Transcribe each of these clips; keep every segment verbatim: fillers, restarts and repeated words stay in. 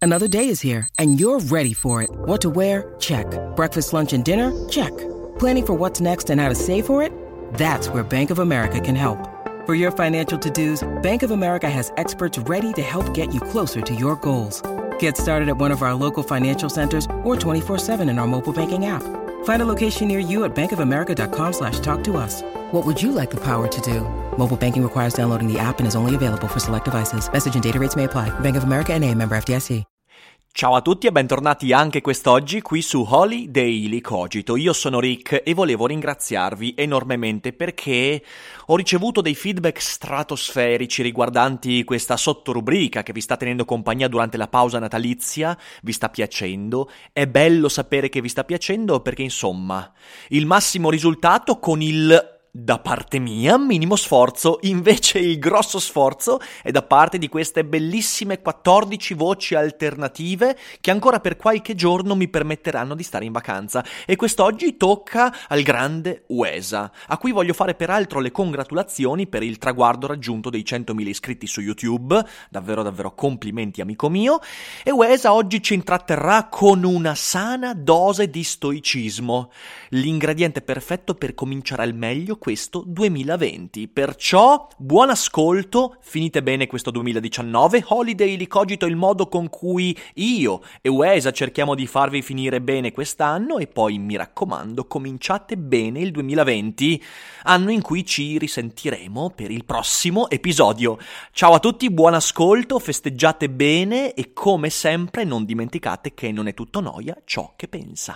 Another day is here, and you're ready for it. What to wear? Check. Breakfast, lunch, and dinner? Check. Planning for what's next and how to save for it? That's where Bank of America can help. For your financial to-dos, Bank of America has experts ready to help get you closer to your goals. Get started at one of our local financial centers or twenty-four seven in our mobile banking app. Find a location near you at bankofamerica.com slash talk to us. What would you like the power to do? Mobile banking requires downloading the app and is only available for select devices. Message and data rates may apply. Bank of America N A, member F D I C. Ciao a tutti e bentornati anche quest'oggi qui su Holy Daily Cogito. Io sono Rick e volevo ringraziarvi enormemente perché ho ricevuto dei feedback stratosferici riguardanti questa sottorubrica che vi sta tenendo compagnia durante la pausa natalizia. Vi sta piacendo? È bello sapere che vi sta piacendo perché, insomma, il massimo risultato con il... da parte mia, minimo sforzo, invece il grosso sforzo è da parte di queste bellissime quattordici voci alternative che ancora per qualche giorno mi permetteranno di stare in vacanza. E quest'oggi tocca al grande Uesa, a cui voglio fare peraltro le congratulazioni per il traguardo raggiunto dei centomila iscritti su YouTube. Davvero davvero complimenti, amico mio. E Uesa oggi ci intratterrà con una sana dose di stoicismo, l'ingrediente perfetto per cominciare al meglio questo duemilaventi. Perciò buon ascolto, finite bene questo duemiladiciannove. Holy Daily Cogito è il modo con cui io e Uesa cerchiamo di farvi finire bene quest'anno e poi, mi raccomando, cominciate bene il duemilaventi, anno in cui ci risentiremo per il prossimo episodio. Ciao a tutti, buon ascolto, festeggiate bene e come sempre non dimenticate che non è tutto noia ciò che pensa.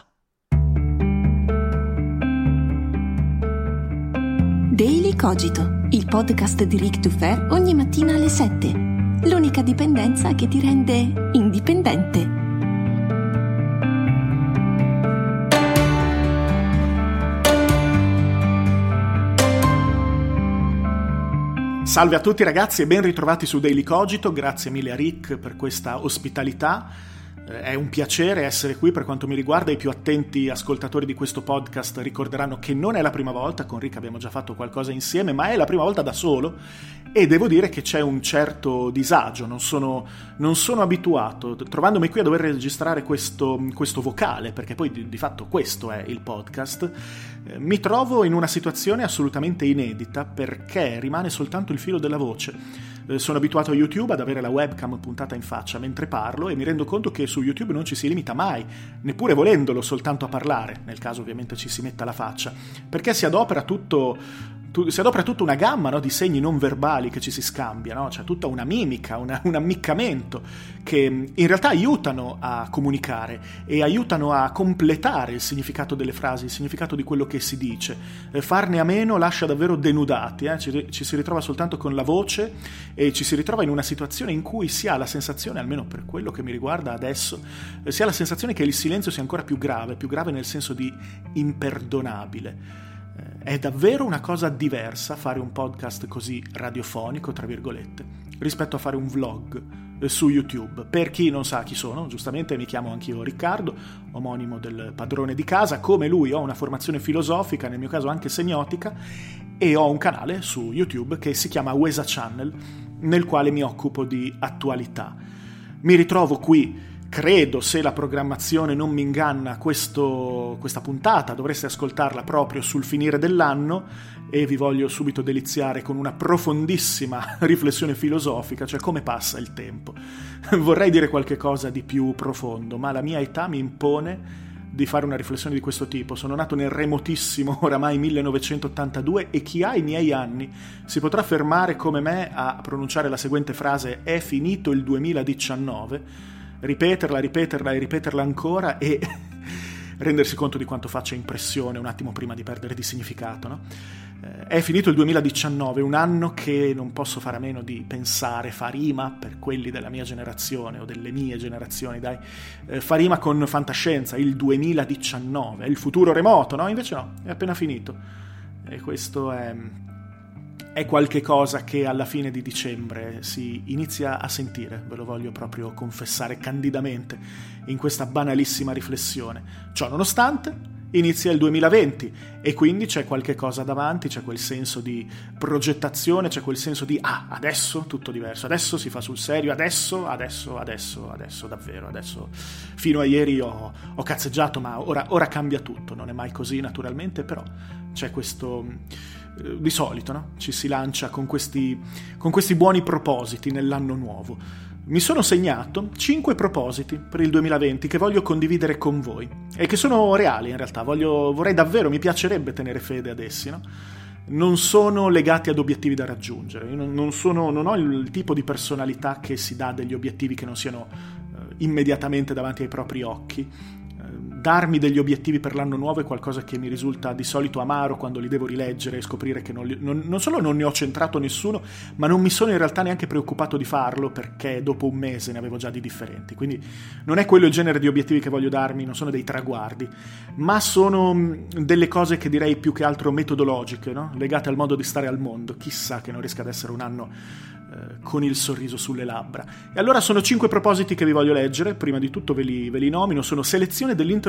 Daily Cogito, il podcast di Rick Dufer ogni mattina alle sette. L'unica dipendenza che ti rende indipendente. Salve a tutti ragazzi e ben ritrovati su Daily Cogito. Grazie mille a Rick per questa ospitalità. È un piacere essere qui. Per quanto mi riguarda, i più attenti ascoltatori di questo podcast ricorderanno che non è la prima volta, con Rick abbiamo già fatto qualcosa insieme, ma è la prima volta da solo e devo dire che c'è un certo disagio, non sono, non sono abituato, trovandomi qui a dover registrare questo, questo vocale, perché poi di, di fatto questo è il podcast, eh, mi trovo in una situazione assolutamente inedita perché rimane soltanto il filo della voce. Sono abituato a YouTube ad avere la webcam puntata in faccia mentre parlo e mi rendo conto che su YouTube non ci si limita mai, neppure volendolo, soltanto a parlare, nel caso ovviamente ci si metta la faccia, perché si adopera tutto... si adopera tutta una gamma, no, di segni non verbali che ci si scambia, no? C'è tutta una mimica, una, un ammiccamento che in realtà aiutano a comunicare e aiutano a completare il significato delle frasi, il significato di quello che si dice. Eh, farne a meno lascia davvero denudati, eh? ci, ci si ritrova soltanto con la voce e ci si ritrova in una situazione in cui si ha la sensazione, almeno per quello che mi riguarda adesso, eh, si ha la sensazione che il silenzio sia ancora più grave, più grave nel senso di imperdonabile. È davvero una cosa diversa fare un podcast così radiofonico, tra virgolette, rispetto a fare un vlog su YouTube. Per chi non sa chi sono, giustamente mi chiamo anch'io Riccardo, omonimo del padrone di casa. Come lui ho una formazione filosofica, nel mio caso anche semiotica, e ho un canale su YouTube che si chiama Uesa Channel, nel quale mi occupo di attualità. Mi ritrovo qui. Credo, se la programmazione non mi inganna, questo, questa puntata dovreste ascoltarla proprio sul finire dell'anno e vi voglio subito deliziare con una profondissima riflessione filosofica, cioè come passa il tempo. Vorrei dire qualche cosa di più profondo, ma la mia età mi impone di fare una riflessione di questo tipo. Sono nato nel remotissimo oramai millenovecentottantadue e chi ha i miei anni si potrà fermare come me a pronunciare la seguente frase: è finito il duemiladiciannove, ripeterla, ripeterla e ripeterla ancora e rendersi conto di quanto faccia impressione un attimo prima di perdere di significato, no? Eh, è finito il duemiladiciannove, un anno che non posso fare a meno di pensare fa rima, per quelli della mia generazione o delle mie generazioni, dai, eh, fa rima con fantascienza, il duemiladiciannove, è il futuro remoto, no? Invece no, è appena finito e questo è... è qualche cosa che alla fine di dicembre si inizia a sentire, ve lo voglio proprio confessare candidamente in questa banalissima riflessione. Ciò nonostante, inizia il duemilaventi e quindi c'è qualche cosa davanti, c'è quel senso di progettazione, c'è quel senso di ah, adesso tutto diverso, adesso si fa sul serio, adesso, adesso, adesso, adesso, davvero, adesso. Fino a ieri ho, ho cazzeggiato, ma ora, ora cambia tutto, non è mai così naturalmente, però c'è questo... Di solito, no? Ci si lancia con questi, con questi buoni propositi nell'anno nuovo. Mi sono segnato cinque propositi per il duemilaventi che voglio condividere con voi e che sono reali in realtà. Voglio, vorrei davvero, mi piacerebbe tenere fede ad essi, no? Non sono legati ad obiettivi da raggiungere. Io non, non, sono, non ho il tipo di personalità che si dà degli obiettivi che non siano eh, immediatamente davanti ai propri occhi. Darmi degli obiettivi per l'anno nuovo è qualcosa che mi risulta di solito amaro quando li devo rileggere e scoprire che non, li, non, non solo non ne ho centrato nessuno, ma non mi sono in realtà neanche preoccupato di farlo perché dopo un mese ne avevo già di differenti. Quindi non è quello il genere di obiettivi che voglio darmi, non sono dei traguardi, ma sono delle cose che direi più che altro metodologiche, no? Legate al modo di stare al mondo. Chissà che non riesca ad essere un anno eh, con il sorriso sulle labbra. E allora sono cinque propositi che vi voglio leggere. Prima di tutto ve li, ve li nomino. Sono selezione dell'interlocutore,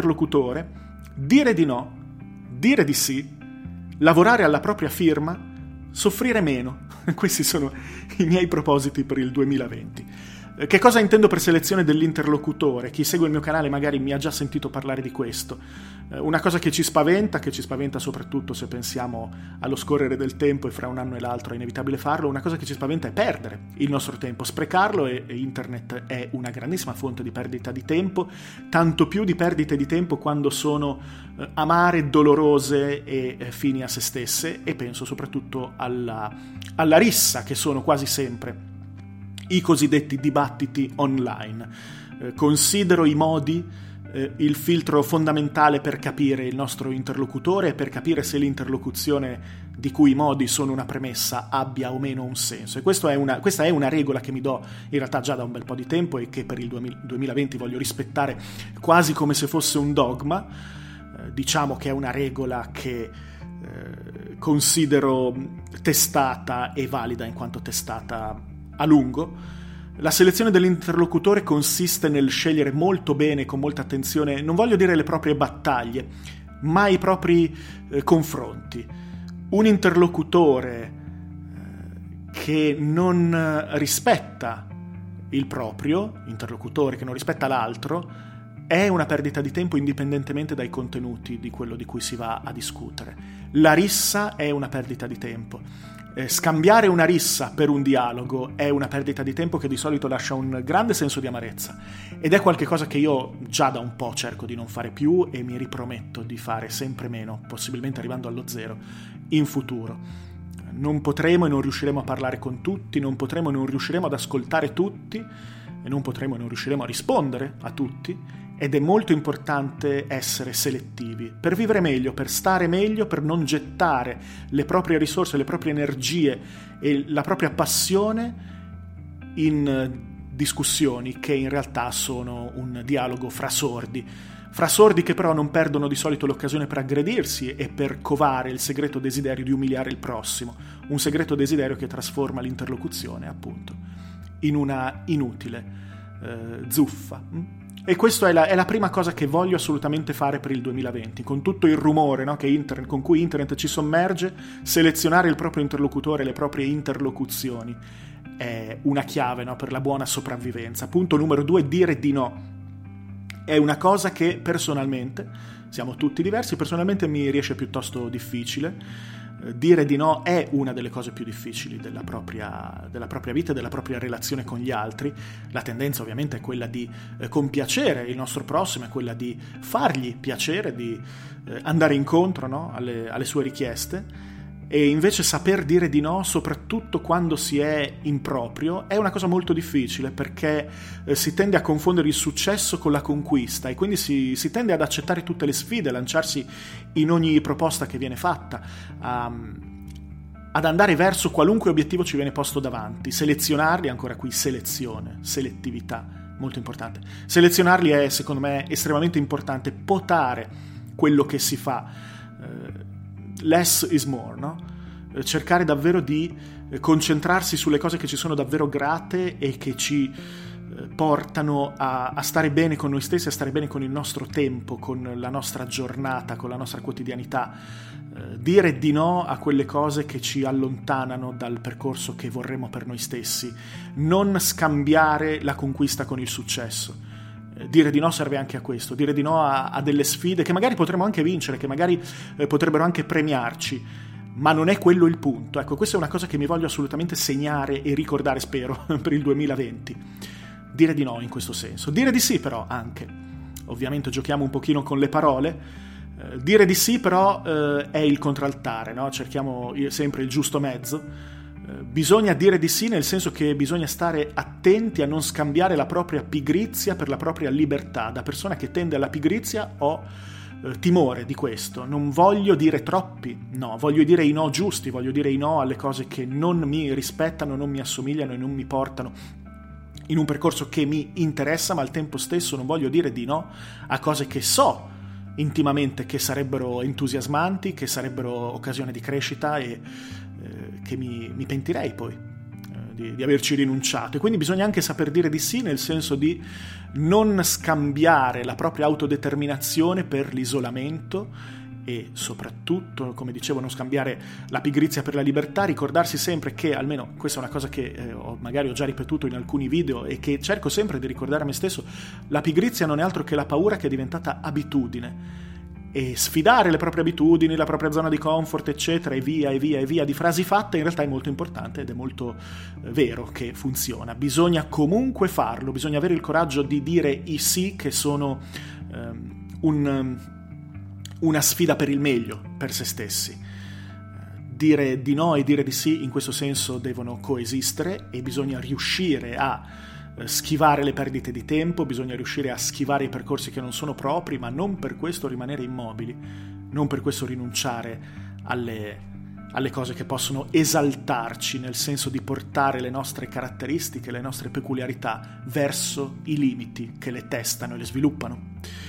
dire di no, dire di sì, lavorare alla propria firma, soffrire meno. Questi sono i miei propositi per il duemilaventi. Che cosa intendo per selezione dell'interlocutore? Chi segue il mio canale magari mi ha già sentito parlare di questo. Una cosa che ci spaventa, che ci spaventa soprattutto se pensiamo allo scorrere del tempo e fra un anno e l'altro è inevitabile farlo, una cosa che ci spaventa è perdere il nostro tempo, sprecarlo, e internet è una grandissima fonte di perdita di tempo, tanto più di perdite di tempo quando sono amare, dolorose e fini a se stesse, e penso soprattutto alla, alla rissa che sono quasi sempre i cosiddetti dibattiti online. Eh, considero i modi eh, il filtro fondamentale per capire il nostro interlocutore e per capire se l'interlocuzione di cui i modi sono una premessa abbia o meno un senso. E questo è una, questa è una regola che mi do in realtà già da un bel po' di tempo e che per il duemilaventi voglio rispettare quasi come se fosse un dogma. Eh, diciamo che è una regola che eh, considero testata e valida in quanto testata a lungo. La selezione dell'interlocutore consiste nel scegliere molto bene, con molta attenzione, non voglio dire le proprie battaglie, ma i propri eh, confronti. Un interlocutore eh, che non rispetta il proprio interlocutore, che non rispetta l'altro, è una perdita di tempo indipendentemente dai contenuti di quello di cui si va a discutere. La rissa è una perdita di tempo. Eh, scambiare una rissa per un dialogo è una perdita di tempo che di solito lascia un grande senso di amarezza, ed è qualcosa che io già da un po' cerco di non fare più e mi riprometto di fare sempre meno, possibilmente arrivando allo zero in futuro. Non potremo e non riusciremo a parlare con tutti, non potremo e non riusciremo ad ascoltare tutti, e non potremo e non riusciremo a rispondere a tutti, ed è molto importante essere selettivi per vivere meglio, per stare meglio, per non gettare le proprie risorse, le proprie energie e la propria passione in discussioni che in realtà sono un dialogo fra sordi. Fra sordi che però non perdono di solito l'occasione per aggredirsi e per covare il segreto desiderio di umiliare il prossimo, un segreto desiderio che trasforma l'interlocuzione, appunto, in una inutile eh, zuffa. E questa è la, è la prima cosa che voglio assolutamente fare per il duemilaventi, con tutto il rumore, no, che internet, con cui internet ci sommerge. Selezionare il proprio interlocutore, le proprie interlocuzioni è una chiave, no, per la buona sopravvivenza. Punto numero due, dire di no. È una cosa che personalmente, siamo tutti diversi, personalmente mi riesce piuttosto difficile. Dire di no è una delle cose più difficili della propria, della propria vita e della propria relazione con gli altri. La tendenza ovviamente è quella di eh, compiacere il nostro prossimo, è quella di fargli piacere, di eh, andare incontro, no, alle, alle sue richieste, e invece saper dire di no, soprattutto quando si è in proprio, è una cosa molto difficile, perché eh, si tende a confondere il successo con la conquista, e quindi si, si tende ad accettare tutte le sfide, a lanciarsi in ogni proposta che viene fatta, a, ad andare verso qualunque obiettivo ci viene posto davanti. Selezionarli, ancora qui selezione, selettività, molto importante. Selezionarli è, secondo me, estremamente importante. Potare quello che si fa. Eh, less is more, no? Cercare davvero di concentrarsi sulle cose che ci sono davvero grate e che ci portano a, a stare bene con noi stessi, a stare bene con il nostro tempo, con la nostra giornata, con la nostra quotidianità. Eh, dire di no a quelle cose che ci allontanano dal percorso che vorremmo per noi stessi. Non scambiare la conquista con il successo. Eh, dire di no serve anche a questo, dire di no a, a delle sfide che magari potremmo anche vincere, che magari eh, potrebbero anche premiarci, ma non è quello il punto. Ecco, questa è una cosa che mi voglio assolutamente segnare e ricordare, spero, per il duemilaventi. Dire di no in questo senso. Dire di sì però anche. Ovviamente giochiamo un pochino con le parole. Eh, dire di sì però eh, è il contraltare, no? Cerchiamo sempre il giusto mezzo. Eh, bisogna dire di sì nel senso che bisogna stare attenti a non scambiare la propria pigrizia per la propria libertà. Da persona che tende alla pigrizia ho eh, timore di questo. Non voglio dire troppi no, voglio dire i no giusti, voglio dire i no alle cose che non mi rispettano, non mi assomigliano e non mi portano in un percorso che mi interessa, ma al tempo stesso non voglio dire di no a cose che so intimamente che sarebbero entusiasmanti, che sarebbero occasione di crescita e eh, che mi, mi pentirei poi eh, di, di averci rinunciato. E quindi bisogna anche saper dire di sì, nel senso di non scambiare la propria autodeterminazione per l'isolamento e soprattutto, come dicevo, non scambiare la pigrizia per la libertà, ricordarsi sempre che, almeno questa è una cosa che eh, ho, magari ho già ripetuto in alcuni video e che cerco sempre di ricordare a me stesso, la pigrizia non è altro che la paura che è diventata abitudine, e sfidare le proprie abitudini, la propria zona di comfort, eccetera, e via e via e via di frasi fatte in realtà è molto importante ed è molto eh, vero che funziona. Bisogna comunque farlo, bisogna avere il coraggio di dire i sì, che sono ehm, un... una sfida per il meglio, per se stessi. Dire di no e dire di sì in questo senso devono coesistere e bisogna riuscire a schivare le perdite di tempo, bisogna riuscire a schivare i percorsi che non sono propri, ma non per questo rimanere immobili, non per questo rinunciare alle, alle cose che possono esaltarci, nel senso di portare le nostre caratteristiche, le nostre peculiarità verso i limiti che le testano e le sviluppano.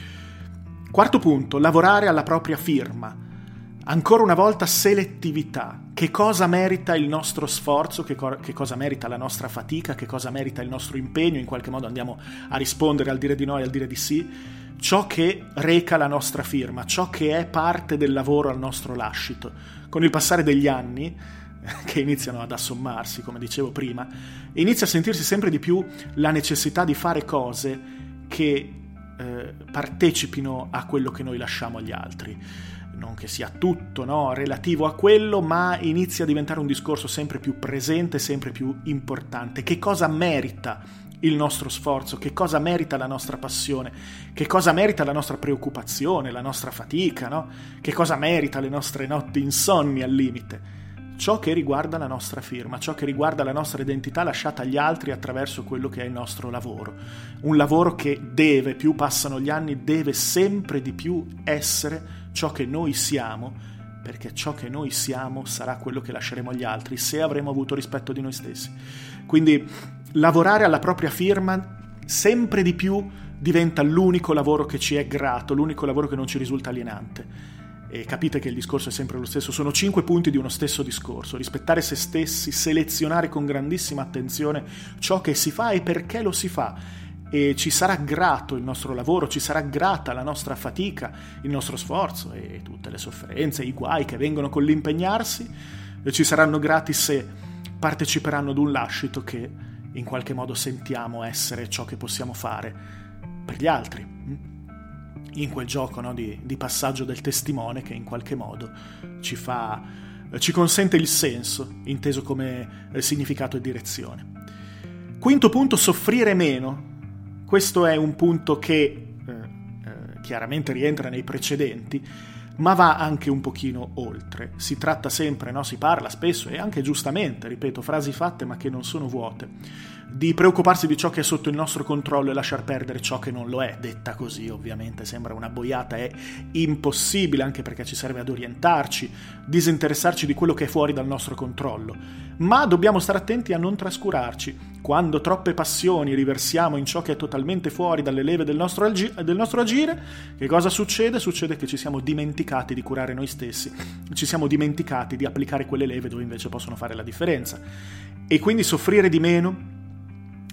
Quarto punto, lavorare alla propria firma. Ancora una volta selettività. Che cosa merita il nostro sforzo, che, co- che cosa merita la nostra fatica, che cosa merita il nostro impegno, in qualche modo andiamo a rispondere al dire di no e al dire di sì, ciò che reca la nostra firma, ciò che è parte del lavoro al nostro lascito. Con il passare degli anni, che iniziano ad assommarsi, come dicevo prima, inizia a sentirsi sempre di più la necessità di fare cose che Eh, partecipino a quello che noi lasciamo agli altri. Non che sia tutto, no, relativo a quello, ma inizia a diventare un discorso sempre più presente, sempre più importante. Che cosa merita il nostro sforzo? Che cosa merita la nostra passione? Che cosa merita la nostra preoccupazione, la nostra fatica, no? Che cosa merita le nostre notti insonni al limite? Ciò che riguarda la nostra firma, ciò che riguarda la nostra identità lasciata agli altri attraverso quello che è il nostro lavoro. Un lavoro che deve, più passano gli anni, deve sempre di più essere ciò che noi siamo, perché ciò che noi siamo sarà quello che lasceremo agli altri se avremo avuto rispetto di noi stessi. Quindi lavorare alla propria firma sempre di più diventa l'unico lavoro che ci è grato, l'unico lavoro che non ci risulta alienante. E capite che il discorso è sempre lo stesso, sono cinque punti di uno stesso discorso: rispettare se stessi, selezionare con grandissima attenzione ciò che si fa e perché lo si fa, e ci sarà grato il nostro lavoro, ci sarà grata la nostra fatica, il nostro sforzo e tutte le sofferenze, i guai che vengono con l'impegnarsi, e ci saranno grati se parteciperanno ad un lascito che in qualche modo sentiamo essere ciò che possiamo fare per gli altri, in quel gioco, no, di, di passaggio del testimone che in qualche modo ci fa, ci consente il senso, inteso come eh, significato e direzione. Quinto punto, soffrire meno. Questo è un punto che eh, eh, chiaramente rientra nei precedenti, ma va anche un pochino oltre. Si tratta sempre, no, si parla spesso e anche giustamente, ripeto, frasi fatte ma che non sono vuote, di preoccuparsi di ciò che è sotto il nostro controllo e lasciar perdere ciò che non lo è. Detta così ovviamente sembra una boiata, è impossibile, anche perché ci serve ad orientarci, disinteressarci di quello che è fuori dal nostro controllo, ma dobbiamo stare attenti a non trascurarci. Quando troppe passioni riversiamo in ciò che è totalmente fuori dalle leve del nostro, agi- del nostro agire, che cosa succede? Succede che ci siamo dimenticati di curare noi stessi, ci siamo dimenticati di applicare quelle leve dove invece possono fare la differenza. E quindi soffrire di meno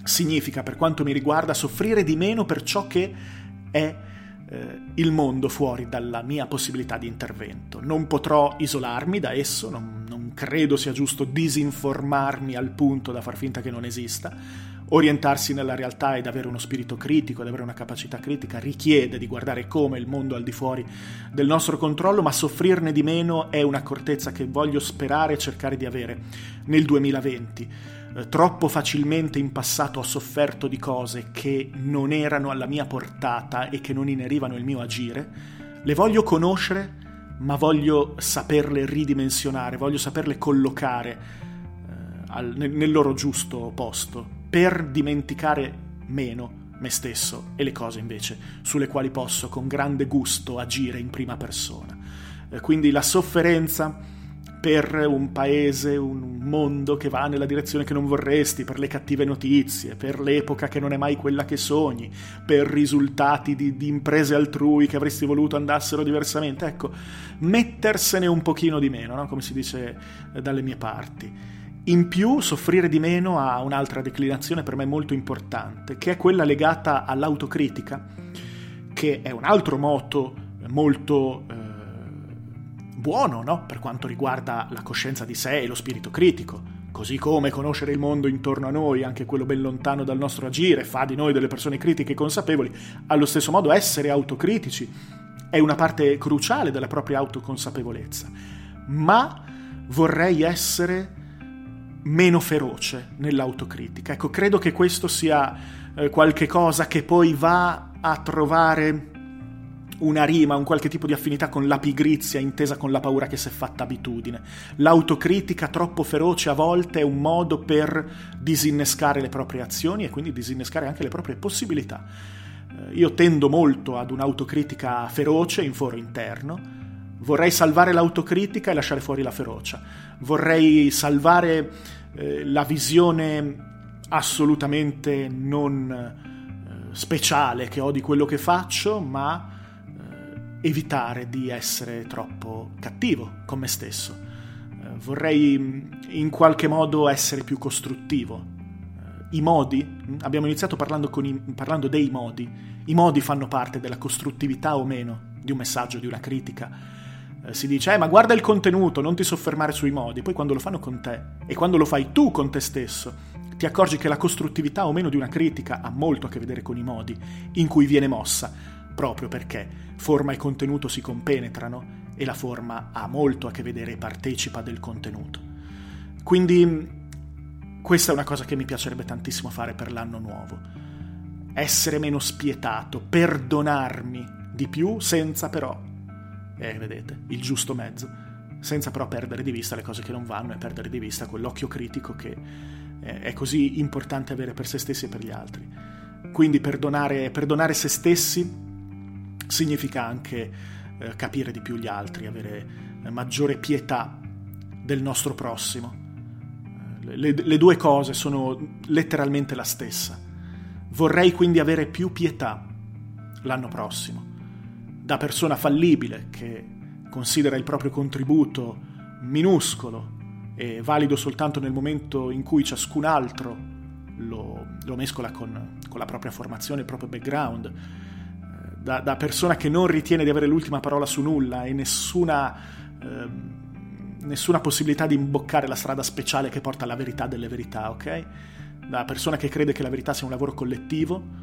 significa, per quanto mi riguarda, soffrire di meno per ciò che è eh, il mondo fuori dalla mia possibilità di intervento. Non potrò isolarmi da esso, non, non credo sia giusto disinformarmi al punto da far finta che non esista. Orientarsi nella realtà ed avere uno spirito critico, ed avere una capacità critica richiede di guardare come il mondo al di fuori del nostro controllo, ma soffrirne di meno è un'accortezza che voglio sperare e cercare di avere nel duemilaventi. Eh, troppo facilmente in passato ho sofferto di cose che non erano alla mia portata e che non inerivano il mio agire. Le voglio conoscere, ma voglio saperle ridimensionare, voglio saperle collocare eh, al, nel, nel loro giusto posto, per dimenticare meno me stesso e le cose invece sulle quali posso con grande gusto agire in prima persona. Eh, quindi la sofferenza per un paese, un mondo che va nella direzione che non vorresti, per le cattive notizie, per l'epoca che non è mai quella che sogni, per risultati di, di imprese altrui che avresti voluto andassero diversamente. Ecco, mettersene un pochino di meno, no? Come si dice eh, dalle mie parti. In più, soffrire di meno ha un'altra declinazione per me molto importante, che è quella legata all'autocritica, che è un altro moto molto eh, buono, no? Per quanto riguarda la coscienza di sé e lo spirito critico. Così come conoscere il mondo intorno a noi, anche quello ben lontano dal nostro agire, fa di noi delle persone critiche e consapevoli, allo stesso modo essere autocritici è una parte cruciale della propria autoconsapevolezza. Ma vorrei essere meno feroce nell'autocritica. Ecco, credo che questo sia eh, qualche cosa che poi va a trovare una rima, un qualche tipo di affinità con la pigrizia intesa con la paura che si è fatta abitudine. L'autocritica troppo feroce a volte è un modo per disinnescare le proprie azioni e quindi disinnescare anche le proprie possibilità. Eh, io tendo molto ad un'autocritica feroce in foro interno. Vorrei salvare l'autocritica e lasciare fuori la ferocia. Vorrei salvare eh, la visione assolutamente non eh, speciale che ho di quello che faccio, ma eh, evitare di essere troppo cattivo con me stesso. Eh, vorrei in qualche modo essere più costruttivo. Eh, I modi, abbiamo iniziato parlando, con i, parlando dei modi, i modi fanno parte della costruttività o meno di un messaggio, di una critica. Si dice, eh, ma guarda il contenuto, non ti soffermare sui modi. Poi quando lo fanno con te e quando lo fai tu con te stesso, ti accorgi che la costruttività o meno di una critica ha molto a che vedere con i modi in cui viene mossa, proprio perché forma e contenuto si compenetrano e la forma ha molto a che vedere e partecipa del contenuto. Quindi questa è una cosa che mi piacerebbe tantissimo fare per l'anno nuovo. Essere meno spietato, perdonarmi di più senza però e eh, vedete, il giusto mezzo, senza però perdere di vista le cose che non vanno e perdere di vista quell'occhio critico che eh, è così importante avere per se stessi e per gli altri. Quindi perdonare, perdonare se stessi significa anche eh, capire di più gli altri, avere eh, maggiore pietà del nostro prossimo. Eh, le, le due cose sono letteralmente la stessa. Vorrei quindi avere più pietà l'anno prossimo. Da persona fallibile che considera il proprio contributo minuscolo e valido soltanto nel momento in cui ciascun altro lo, lo mescola con, con la propria formazione, il proprio background, da, da persona che non ritiene di avere l'ultima parola su nulla e nessuna, eh, nessuna possibilità di imboccare la strada speciale che porta alla verità delle verità, ok? Da persona che crede che la verità sia un lavoro collettivo.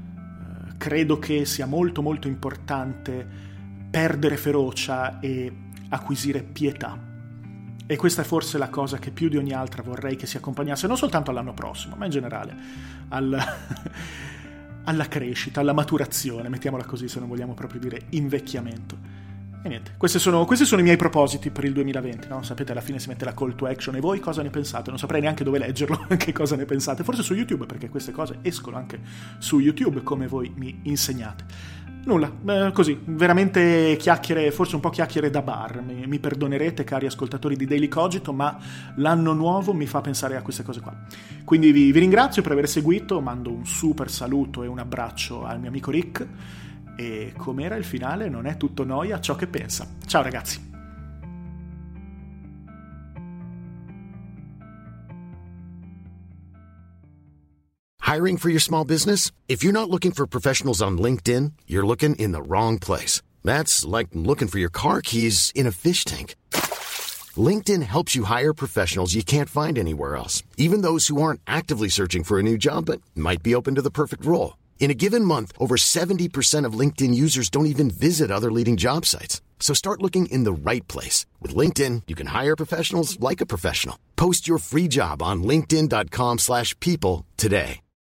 Credo che sia molto molto importante perdere ferocia e acquisire pietà. E questa è forse la cosa che più di ogni altra vorrei che si accompagnasse non soltanto all'anno prossimo, ma in generale al, alla crescita, alla maturazione, mettiamola così se non vogliamo proprio dire invecchiamento. E niente, questi sono, questi sono i miei propositi per il duemilaventi, no? Sapete, alla fine si mette la call to action. E voi cosa ne pensate? Non saprei neanche dove leggerlo, che cosa ne pensate. Forse su YouTube, perché queste cose escono anche su YouTube, come voi mi insegnate. Nulla, eh, così, veramente chiacchiere, forse un po' chiacchiere da bar. Mi, mi perdonerete, cari ascoltatori di Daily Cogito, ma l'anno nuovo mi fa pensare a queste cose qua. Quindi vi, vi ringrazio per aver seguito, mando un super saluto e un abbraccio al mio amico Rick. E com'era il finale? Non è tutto noia ciò che pensa. Ciao ragazzi. Hiring for your small business? If you're not looking for professionals on LinkedIn, you're looking in the wrong place. That's like looking for your car keys in a fish tank. LinkedIn helps you hire professionals you can't find anywhere else, even those who aren't actively searching for a new job but might be open to the perfect role. In a given month, over seventy percent of LinkedIn users don't even visit other leading job sites. So start looking in the right place. With LinkedIn, you can hire professionals like a professional. Post your free job on linkedin dot com slash people today.